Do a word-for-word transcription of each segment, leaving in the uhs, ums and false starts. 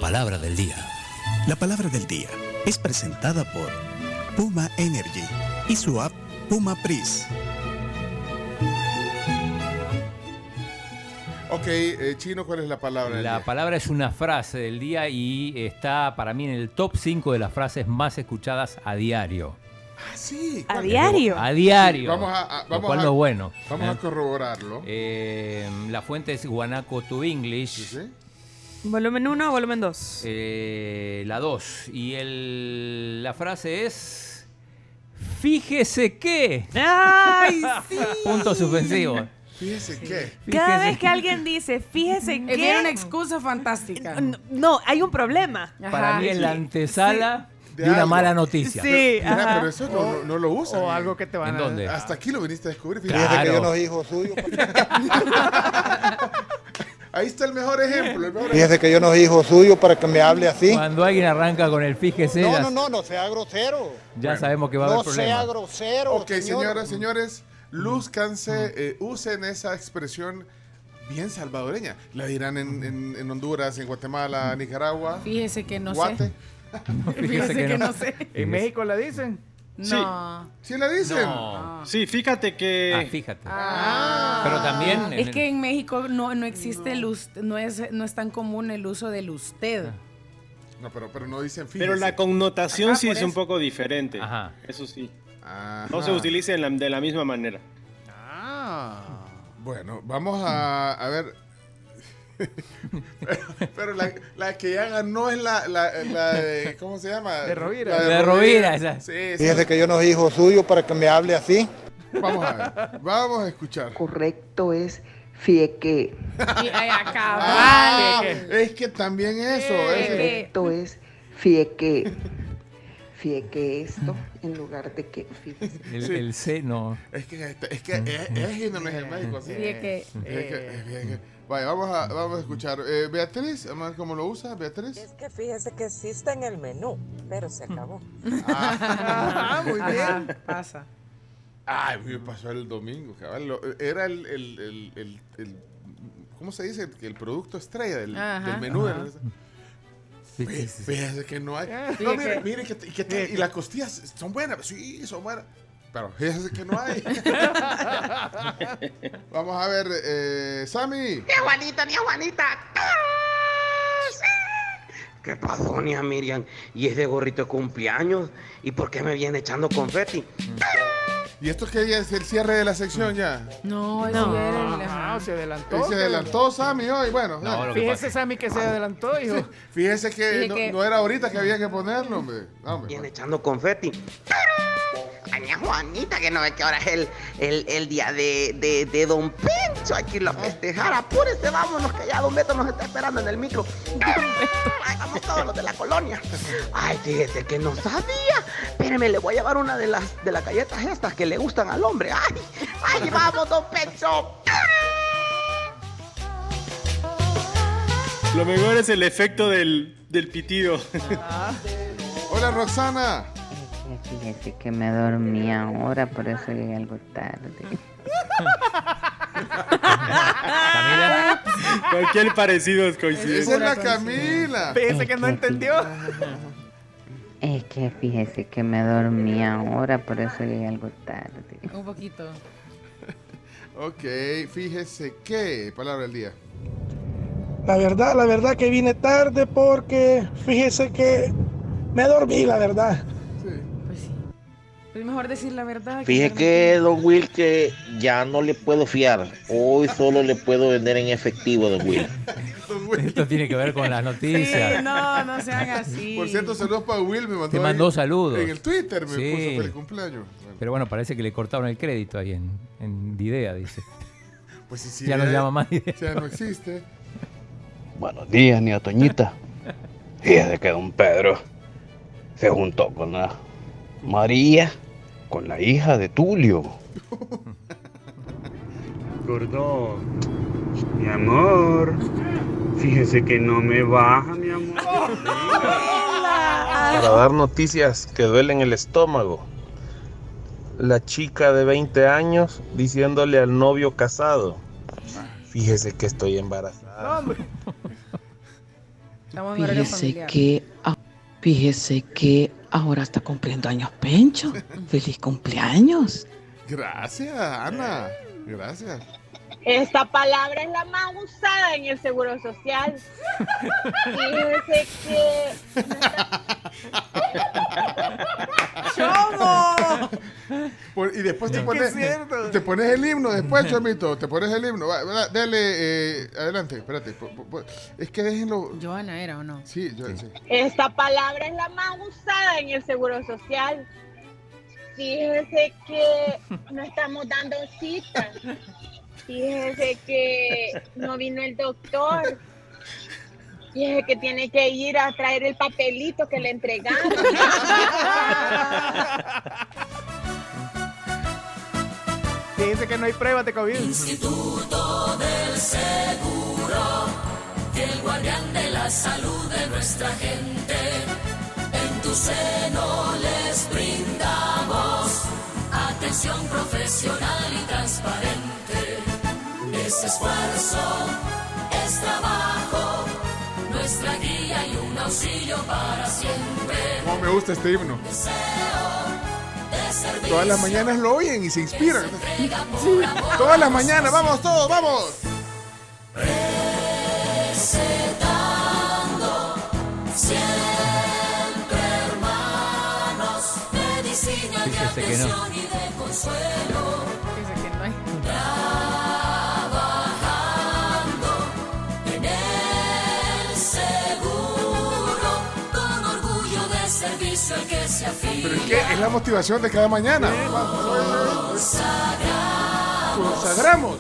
palabra del día. La palabra del día es presentada por Puma Energy y su app Puma Pris. Ok, eh, Chino, ¿cuál es la palabra del La día? palabra es una frase del día y está para mí en el top cinco de las frases más escuchadas a diario. Ah, sí. ¿A ¿cuál? diario? A diario. Sí, vamos a- a- lo vamos cual a- no es bueno. Vamos ¿eh? a corroborarlo. Eh, la fuente es Guanaco to English. ¿Sí, sí? ¿Volumen uno o volumen dos? Eh, la dos. Y el, la frase es... Fíjese que... ¡Ay, sí! Punto suspensivo. Fíjese que. Cada Fíjese vez que alguien dice, fíjese Es bien una que... excusa fantástica. No, no, hay un problema. Para Ajá. mí es la antesala De de una algo. mala noticia. Sí, Mira, ajá. pero eso no, no, no lo usan. O algo que te van ¿En a... dónde? Hasta aquí lo viniste a descubrir. Claro. Fíjate. Fíjese que yo no soy hijo suyo. Ahí está el mejor ejemplo. El mejor Fíjese que yo no soy hijo suyo para que me hable así. Cuando alguien arranca con el fíjese, No, ya, no, no, no sea grosero. ya sabemos que va a No haber sea problemas. grosero. Ok, señor. señoras, señores, lúzcanse, eh, usen esa expresión bien salvadoreña. La dirán en, en- en Honduras, en Guatemala, Nicaragua, Fíjese que no Guate. sé. Fíjese que no sé. En México la dicen. No. ¿Sí la dicen? No. Sí, fíjate que... Ah, fíjate. Ah. Pero también... Es que en México no, no existe el us- no es, no es tan común el uso del usted. No, pero, pero no dicen fíjese. Pero la connotación Ajá, sí por es un eso. poco diferente. Ajá. Eso sí. Ajá. No se utiliza en la- de la misma manera. Ah. Bueno, vamos a, a ver. pero pero la, la que ya ganó es la, la, la de, ¿cómo se llama? De Rovira. La La de Rovira, esa. Sí, sí. Fíjese que yo no soy hijo suyo para que me hable así. Vamos a ver. Vamos a escuchar. Correcto es fieque. Y ay, acá, Ah, vale. es que también eso. Eh, es- Correcto es fieque. Fieque esto en lugar de que fíjese. El, Sí. el C no. Es que, es que es, es Indonesia, en México. Sí. Sí, es que- Es que- es que- es que- Vaya, vamos a, vamos a escuchar. Eh, Beatriz, vamos a ver cómo lo usa, Beatriz. Es que fíjese que existe en el menú, pero se acabó. Ah, muy bien. Pasa. Ay, me pasó el domingo, cabal. Lo- Era el, el, el, el, el- ¿cómo se dice? El, el producto estrella del, Ajá. del menú. Ajá. Fí- Sí, sí, sí. Fíjese que no hay. Sí, No, es mire, que- mire, que, y, que te- y las costillas son buenas. Sí, son buenas. Pero fíjese que no hay. Vamos a ver, eh, Sammy. ¡Tía Juanita, tía Juanita! ¿Qué pasó, tía Miriam? ¿Y ese gorrito de cumpleaños? ¿Y por qué me viene echando confeti? ¿Y esto que ya es el cierre de la sección ya? No, eso No. ya era el- Ah, ajá. se adelantó. Él se adelantó Sammy hoy. Bueno, No, lo que Fíjese, pasa- Sammy, que se adelantó, hijo. sí, fíjese que Dije no, que- no era ahorita que había que ponerlo, hombre. No, hombre. Viene echando confeti. Ay, tía Juanita, que no ve que ahora es el, el, el día de, de, de Don Pencho. Hay que irlo a festejar. Apúrese, vámonos, que ya Don Beto nos está esperando en el micro. Ay, vamos todos los de la colonia. Ay, fíjese que no sabía. Espéreme, le voy a llevar una de las, de las galletas estas que le gustan al hombre. Ay, ay, vamos, Don Pencho. Lo mejor es el efecto del, del pitido. Hola, Roxana. Fíjese que me dormí ahora, por eso llegué algo tarde. Camila. Cualquier parecido es Esa coincidencia. es la Camila. Fíjese que no entendió. Es que fíjese que me dormí ahora, por eso llegué algo tarde. Un poquito. Ok, fíjese que, palabra del día. La verdad, la verdad que vine tarde porque fíjese que me dormí, la verdad. Pues sí. Es mejor decir la verdad. Fíjese que, don Will, que ya no le puedo fiar. Hoy solo le puedo vender en efectivo, don Will. Esto tiene que ver con las Sí, noticias. no, no se haga así. Por cierto, saludos para Will. Me mandó, Te mandó ahí saludos. En el Twitter me Sí. puso feliz cumpleaños. Bueno, Pero bueno, parece que le cortaron el crédito ahí en, en Videa, dice. pues sí, sí, Ya no eh, llama más Videa. Ya no existe. Buenos días, niña Toñita. Fíjese que don Pedro se juntó con la María, con la hija de Tulio. Gordo, mi amor, fíjese que no me baja, mi amor. Para dar noticias que duelen el estómago. La chica de veinte años diciéndole al novio casado: fíjese que estoy embarazada. No, hombre. Estamos en horario Fíjese familiar. que, ah, fíjese que ahora está cumpliendo años Pencho. ¡Feliz cumpleaños! Gracias, Ana. Gracias. Esta palabra es la más usada en el Seguro Social. Fíjese que... ¡Chomo! Por- y después te Es que pones, es cierto. te pones el himno después, Chomito. Te pones el himno. Va, va, dale, eh, adelante, espérate. Po- po- po- Es que déjenlo. Joana era o no. Sí, yo sí. Esta palabra es la más usada en el Seguro Social. Fíjese que no estamos dando citas. Fíjese que no vino el doctor. Fíjese que tiene que ir a traer el papelito que le entregaron. Dice que no hay pruebas de COVID. Instituto del Seguro, el guardián de la salud de nuestra gente. En tu seno les brindamos atención profesional y transparente. Es esfuerzo, es trabajo, nuestra guía y un auxilio para siempre. Cómo me gusta este himno. Deseo de servicio. Todas las mañanas lo oyen y se inspiran. Sí. Todas las mañanas, vamos todos, vamos. Recetando siempre, hermanos, medicina de Fíjese que no. atención y de consuelo. Fíjese que no hay. Trabajando en el seguro, con orgullo de servicio al que se afilia. Pero es que es la motivación de cada mañana. Consagramos.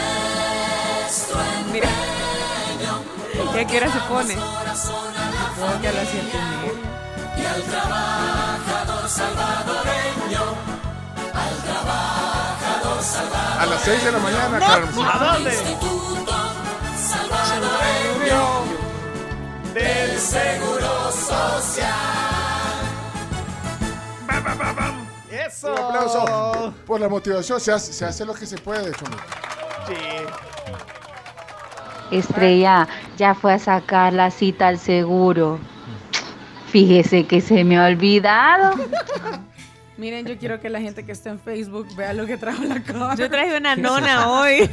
Mira. ¿Y a qué hora se pone? Creo que a las siete y media. Y al trabajador salvadoreño, al trabajador salvadoreño. A las seis de la mañana, Carlos. ¿A dónde? Instituto Salvadoreño del Seguro Social. ¡Eso! Un aplauso por la motivación. Se hace, se hace lo que se puede, Chomito. Sí. Estrella, ya fue a sacar la cita al seguro. Fíjese que se me ha olvidado. Miren, yo quiero que la gente que está en Facebook vea lo que trajo la cara. Yo traje una nona hoy.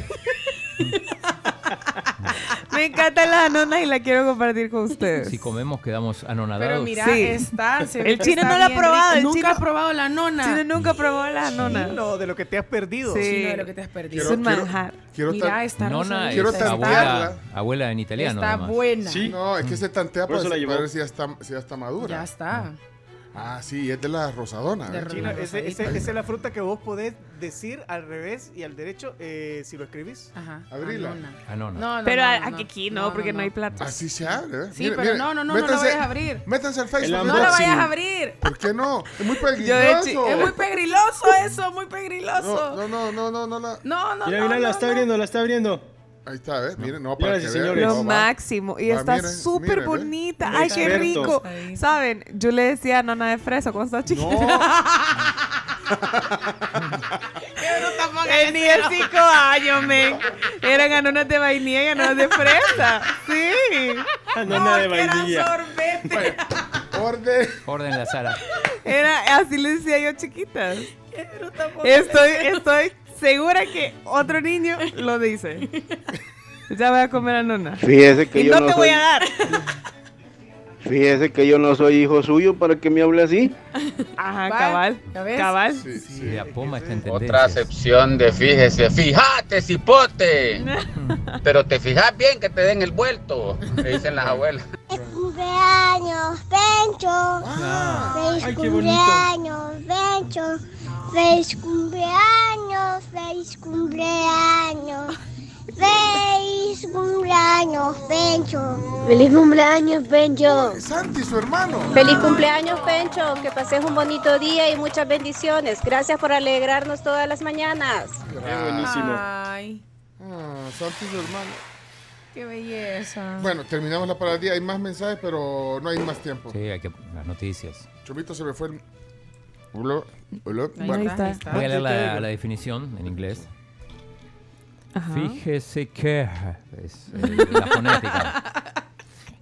Me encantan las nonas y la quiero compartir con ustedes. Si comemos quedamos anonadados. Pero mira, Sí. está. se ve El que chino está no la ha bien probado, rico. el Nunca chino- ha probado la nona. Chino nunca probó las nonas. No, de lo que te has perdido. Sí. Sí, no, de lo que te has perdido. Es un manjar. Quiero Mira, tan- está Nona rosadita, es Quiero está- abuela, abuela en italiano. Está además. buena. Sí. No, es que se tantea Por para, eso la llevó. para ver si ya está, si ya está madura. Ya está. Ah, sí, es de la rosadona. De ¿eh? ro- Chino, ese- ese- rosadita. esa es la fruta que vos podés decir al revés y al derecho eh, si lo escribís. Ajá. Abrila. Anona. Anona. No, no, Pero no, a- no, aquí no, no, porque no, no. hay plata. Así se abre, ¿eh? Sí, Mire, pero mire, no, no, no, no la métanse- vayas a abrir. Métanse al Facebook. El No la unboxing. vayas a abrir. ¿Por qué no? Es muy Yo de peligroso. hecho- Es muy pegriloso eso, muy pegriloso. No, no, no, no, no, no. No, no, Mira, no, mira, no, la está no. abriendo, la está abriendo. Ahí está, ¿ves? Miren, no, Mira, para sí, que señores. vean. Lo No, va. máximo. Y Va, está miren, súper miren, ¿ves? bonita. Un Ay, qué experto. rico. Ahí. ¿Saben? Yo le decía nona de fresa cuando estaba chiquita. Tenía cinco años, men. Eran anonas de vainilla y anonas de fresa. Sí. Anona de que era vainilla. sorbete. Orden. Orden la sala. Era, así le decía yo chiquitas. Pero tampoco Estoy, le- estoy segura que otro niño lo dice. Ya voy a comer a nona. Fíjese que Y yo no no te voy soy- a dar. Fíjese que yo no soy hijo suyo para que me hable así. Ajá, ¿Va? cabal. ¿Ya ves? Cabal. Sí, sí. La poma está en Otra tendencia. acepción de fíjese, fíjate, cipote. Pero te fijas bien que te den el vuelto, que dicen las abuelas. ¡Feliz cumpleaños, Pencho! Ah. ¡Feliz Ay, qué bonito. cumpleaños, Pencho! ¡Feliz cumpleaños, feliz cumpleaños! ¡Feliz cumpleaños, Pencho! Feliz cumpleaños, Pencho. Santi, su hermano. Feliz cumpleaños, Pencho. Que pases un bonito día y muchas bendiciones. Gracias por alegrarnos todas las mañanas. Qué buenísimo. Ay, Ah, Santi, su hermano. qué belleza. Bueno, terminamos la paradía. Hay más mensajes, pero no hay más tiempo. Sí, hay que las noticias. Chomito se me fue el... Hola, hola. Ahí Bueno, está, ahí está. Voy a leer ¿qué te la, digo? la definición en inglés. Ajá. Fíjese que es eh, la fonética.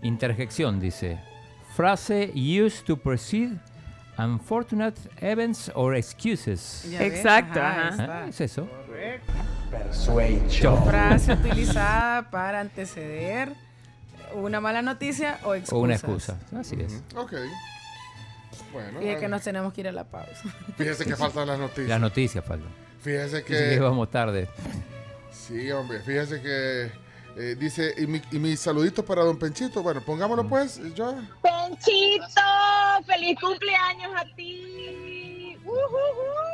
Interjección, dice. Frase used to precede unfortunate events or excuses. Ya ves, Exacto, ajá, ajá. Ah, es eso. Persuasion. Frase utilizada para anteceder una mala noticia o excusas. O una excusa. Así es. Ok. Bueno. Y es que nos tenemos que ir a la pausa. Fíjese que faltan las noticias. Las noticias faltan. Fíjese que... Dice que vamos tarde. Sí, hombre. Fíjese que... Eh, dice, y mi, y mi saludito para don Penchito. Bueno, pongámoslo pues, yo. Penchito, feliz cumpleaños a ti. Uh, uh, uh.